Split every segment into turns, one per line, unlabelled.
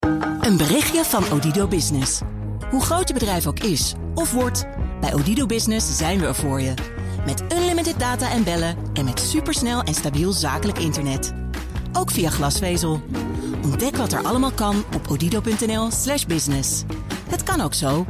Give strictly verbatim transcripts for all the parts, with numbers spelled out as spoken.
Een berichtje van Odido Business. Hoe groot je bedrijf ook is of wordt, bij Odido Business zijn we er voor je. Met unlimited data en bellen en met supersnel en stabiel zakelijk internet. Ook via glasvezel. Ontdek wat er allemaal kan op odido.nl slash business. Het kan ook zo.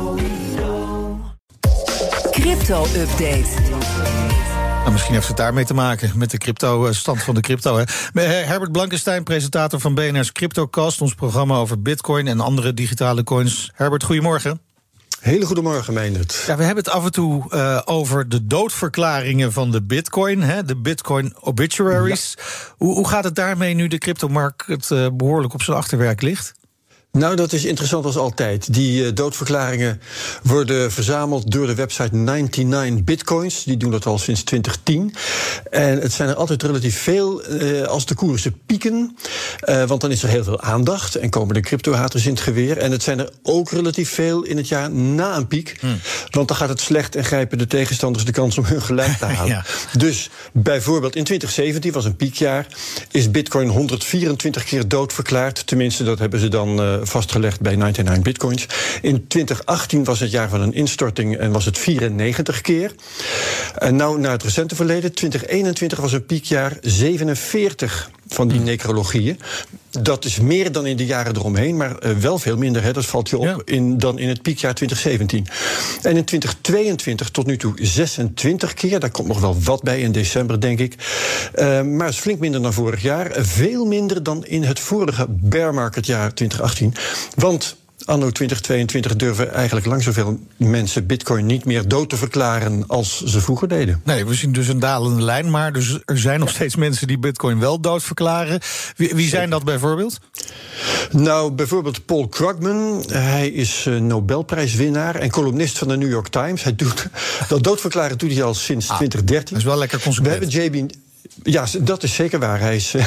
Crypto-update.
Nou, misschien heeft het daarmee te maken met de crypto, stand van de crypto. Hè. Herbert Blankenstein, presentator van B N R's CryptoCast, ons programma over bitcoin en andere digitale coins. Herbert, goedemorgen.
Hele goedemorgen, Meindert.
Ja, we hebben het af en toe uh, over de doodverklaringen van de bitcoin, hè, de bitcoin obituaries. Ja. Hoe, hoe gaat het daarmee nu de cryptomarkt uh, behoorlijk op zijn achterwerk ligt?
Nou, dat is interessant als altijd. Die uh, doodverklaringen worden verzameld door de website negenennegentig bitcoins. Die doen dat al sinds twintig tien. En het zijn er altijd relatief veel uh, als de koersen pieken. Uh, want dan is er heel veel aandacht en komen de cryptohaters in het geweer. En het zijn er ook relatief veel in het jaar na een piek. Hmm. Want dan gaat het slecht en grijpen de tegenstanders de kans om hun gelijk te halen. Ja. Dus bijvoorbeeld in twintig zeventien, was een piekjaar, is bitcoin honderdvierentwintig keer doodverklaard. Tenminste, dat hebben ze dan uh, vastgelegd bij negenennegentig bitcoins. In twintig achttien was het jaar van een instorting en was het vierennegentig keer. En nou naar het recente verleden, twintig eenentwintig was een piekjaar, zevenenveertig van die necrologieën. Dat is meer dan in de jaren eromheen, maar uh, wel veel minder, hè, dat valt je op, ja. in, dan in het piekjaar twintig zeventien. En in twintig tweeëntwintig tot nu toe zesentwintig keer. Daar komt nog wel wat bij in december, denk ik. Uh, maar is flink minder dan vorig jaar. Veel minder dan in het vorige bear market jaar twintig achttien. Want anno twintig tweeëntwintig durven eigenlijk lang zoveel mensen bitcoin niet meer dood te verklaren als ze vroeger deden.
Nee, we zien dus een dalende lijn, maar dus er zijn nog steeds mensen die bitcoin wel dood verklaren. Wie, wie zijn dat bijvoorbeeld?
Nou, bijvoorbeeld Paul Krugman. Hij is uh, Nobelprijswinnaar en columnist van de New York Times. Hij doet dat doodverklaren doet hij al sinds ah, twintig dertien.
Dat is wel lekker consequent.
We hebben J B... Ja, dat is zeker waar. Hij is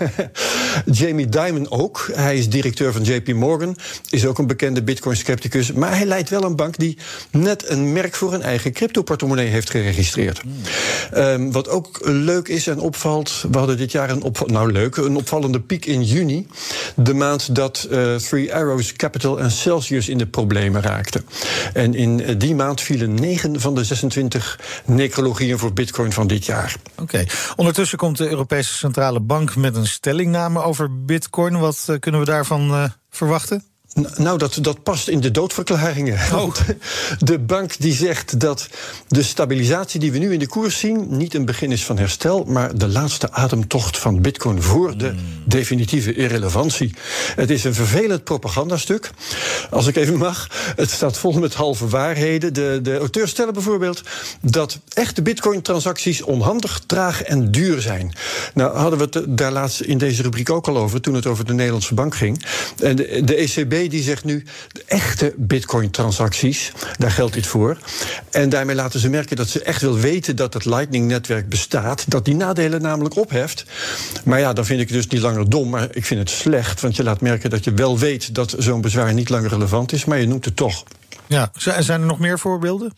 Jamie Dimon ook. Hij is directeur van J P Morgan. Is ook een bekende bitcoin-scepticus. Maar hij leidt wel een bank die net een merk voor een eigen crypto-portemonnee heeft geregistreerd. Mm. Um, wat ook leuk is en opvalt. We hadden dit jaar een, opv- nou leuk, een opvallende piek in juni. De maand dat uh, Three Arrows Capital en Celsius in de problemen raakten. En in die maand vielen negen van de zesentwintig necrologieën voor bitcoin van dit jaar.
Oké. Okay. Ondertussen komt de Europese Centrale Bank met een stellingname over bitcoin. Wat uh, kunnen we daarvan uh, verwachten?
Nou, dat, dat past in de doodverklaringen.
Oh.
De bank die zegt dat de stabilisatie die we nu in de koers zien niet een begin is van herstel, maar de laatste ademtocht van bitcoin voor de mm. definitieve irrelevantie. Het is een vervelend propagandastuk, als ik even mag. Het staat vol met halve waarheden. De, de auteurs stellen bijvoorbeeld dat echte bitcoin-transacties onhandig, traag en duur zijn. Nou, hadden we het daar laatst in deze rubriek ook al over, toen het over de Nederlandse bank ging. En de, de E C B die zegt nu, de echte bitcoin-transacties, daar geldt dit voor. En daarmee laten ze merken dat ze echt wil weten dat het Lightning-netwerk bestaat, dat die nadelen namelijk opheft. Maar ja, dan vind ik het dus niet langer dom, maar ik vind het slecht, want je laat merken dat je wel weet dat zo'n bezwaar niet langer relevant is, maar je noemt het toch.
Ja, zijn er nog meer voorbeelden?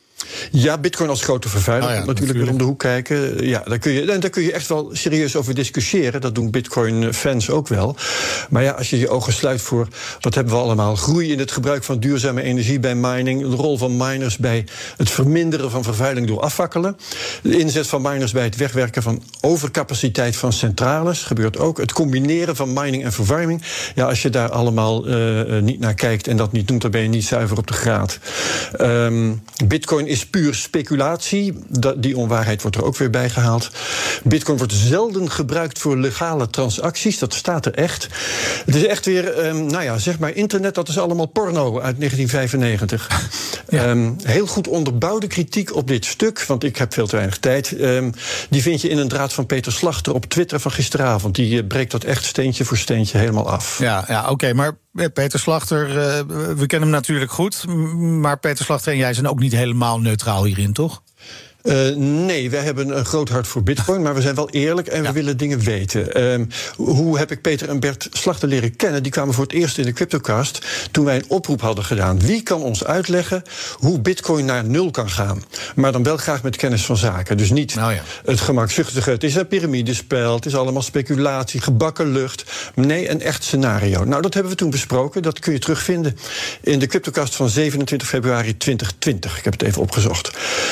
Ja, bitcoin als grote vervuiler,
oh ja,
natuurlijk, natuurlijk weer om de hoek kijken. Ja, daar kun je, en daar kun je echt wel serieus over discussiëren. Dat doen bitcoin-fans ook wel. Maar ja, als je je ogen sluit voor, wat hebben we allemaal? Groei in het gebruik van duurzame energie bij mining. De rol van miners bij het verminderen van vervuiling door afvakkelen. De inzet van miners bij het wegwerken van overcapaciteit van centrales. Gebeurt ook. Het combineren van mining en verwarming. Ja, als je daar allemaal uh, niet naar kijkt en dat niet doet, dan ben je niet zuiver op de graad. Um, bitcoin is puur speculatie. Die onwaarheid wordt er ook weer bij gehaald. Bitcoin wordt zelden gebruikt voor legale transacties. Dat staat er echt. Het is echt weer, um, nou ja, zeg maar internet, dat is allemaal porno uit negentien vijfennegentig. Ja. Um, heel goed onderbouwde kritiek op dit stuk, want ik heb veel te weinig tijd. Um, die vind je in een draad van Peter Slachter op Twitter van gisteravond. Die uh, breekt dat echt steentje voor steentje helemaal af.
Ja, ja oké, okay, maar Peter Slachter, uh, we kennen hem natuurlijk goed, maar Peter Slachter en jij zijn ook niet helemaal neutraal hierin, toch?
Uh, nee, wij hebben een groot hart voor bitcoin, maar we zijn wel eerlijk en we ja. willen dingen weten. Um, hoe heb ik Peter en Bert Slachter leren kennen? Die kwamen voor het eerst in de CryptoCast toen wij een oproep hadden gedaan. Wie kan ons uitleggen hoe bitcoin naar nul kan gaan? Maar dan wel graag met kennis van zaken. Dus niet nou ja. het gemakzuchtige, het is een piramidespel, het is allemaal speculatie, gebakken lucht. Nee, een echt scenario. Nou, dat hebben we toen besproken. Dat kun je terugvinden in de CryptoCast van zevenentwintig februari twintig twintig. Ik heb het even opgezocht.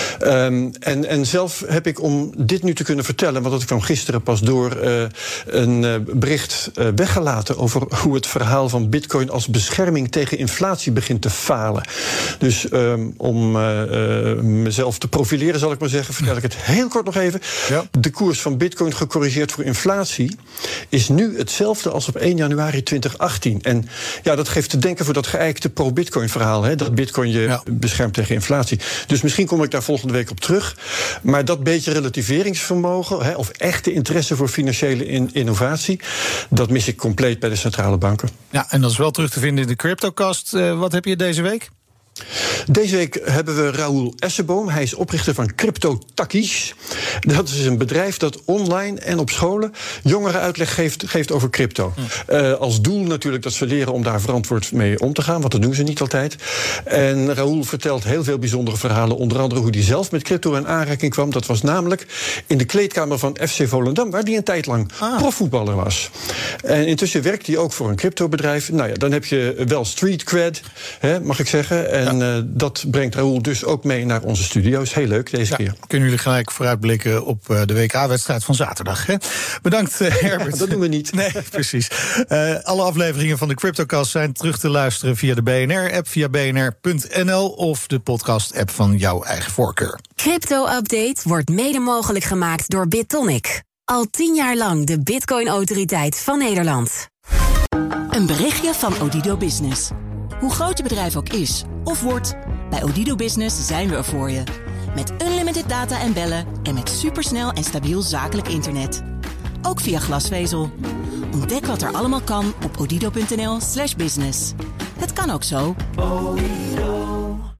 Um, en, en zelf heb ik, om dit nu te kunnen vertellen, want dat kwam gisteren pas door, uh, een uh, bericht uh, weggelaten over hoe het verhaal van bitcoin als bescherming tegen inflatie begint te falen. Dus um, om uh, uh, mezelf te profileren, zal ik maar zeggen, vertel ik het heel kort nog even. Ja. De koers van bitcoin gecorrigeerd voor inflatie is nu hetzelfde als op één januari twintig achttien. En ja, dat geeft te denken voor dat geëikte pro-bitcoin verhaal, hè, dat bitcoin je ja. beschermt tegen inflatie. Dus misschien kom ik daar volgende week op terug. Maar dat beetje relativeringsvermogen, hè, of echte interesse voor financiële in- innovatie, dat mis ik compleet bij de centrale banken.
Ja, en dat is wel terug te vinden in de CryptoCast. Uh, wat heb je deze week?
Deze week hebben we Raoul Esseboom. Hij is oprichter van CryptoTakkies. Dat is een bedrijf dat online en op scholen jongeren uitleg geeft, geeft over crypto. Hm. Uh, als doel natuurlijk dat ze leren om daar verantwoord mee om te gaan, want dat doen ze niet altijd. En Raoul vertelt heel veel bijzondere verhalen, onder andere hoe hij zelf met crypto in aanraking kwam. Dat was namelijk in de kleedkamer van F C Volendam, waar hij een tijd lang ah. profvoetballer was. En intussen werkt hij ook voor een cryptobedrijf. Nou ja, dan heb je wel street cred, hè, mag ik zeggen. En En uh, dat brengt Raoul dus ook mee naar onze studio's. Heel leuk deze ja, keer.
Kunnen jullie gelijk vooruitblikken op uh, de W K-wedstrijd van zaterdag. Hè? Bedankt, uh, Herbert.
Ja, dat doen we niet.
Nee, precies. Uh, alle afleveringen van de CryptoCast zijn terug te luisteren via de B N R-app, via b n r punt n l of de podcast-app van jouw eigen voorkeur.
Crypto-update wordt mede mogelijk gemaakt door BitTonic. Al tien jaar lang de Bitcoin-autoriteit van Nederland.
Een berichtje van Odido Business. Hoe groot je bedrijf ook is of wordt, bij Odido Business zijn we er voor je. Met unlimited data en bellen en met supersnel en stabiel zakelijk internet. Ook via glasvezel. Ontdek wat er allemaal kan op odido punt n l slash business. Het kan ook zo.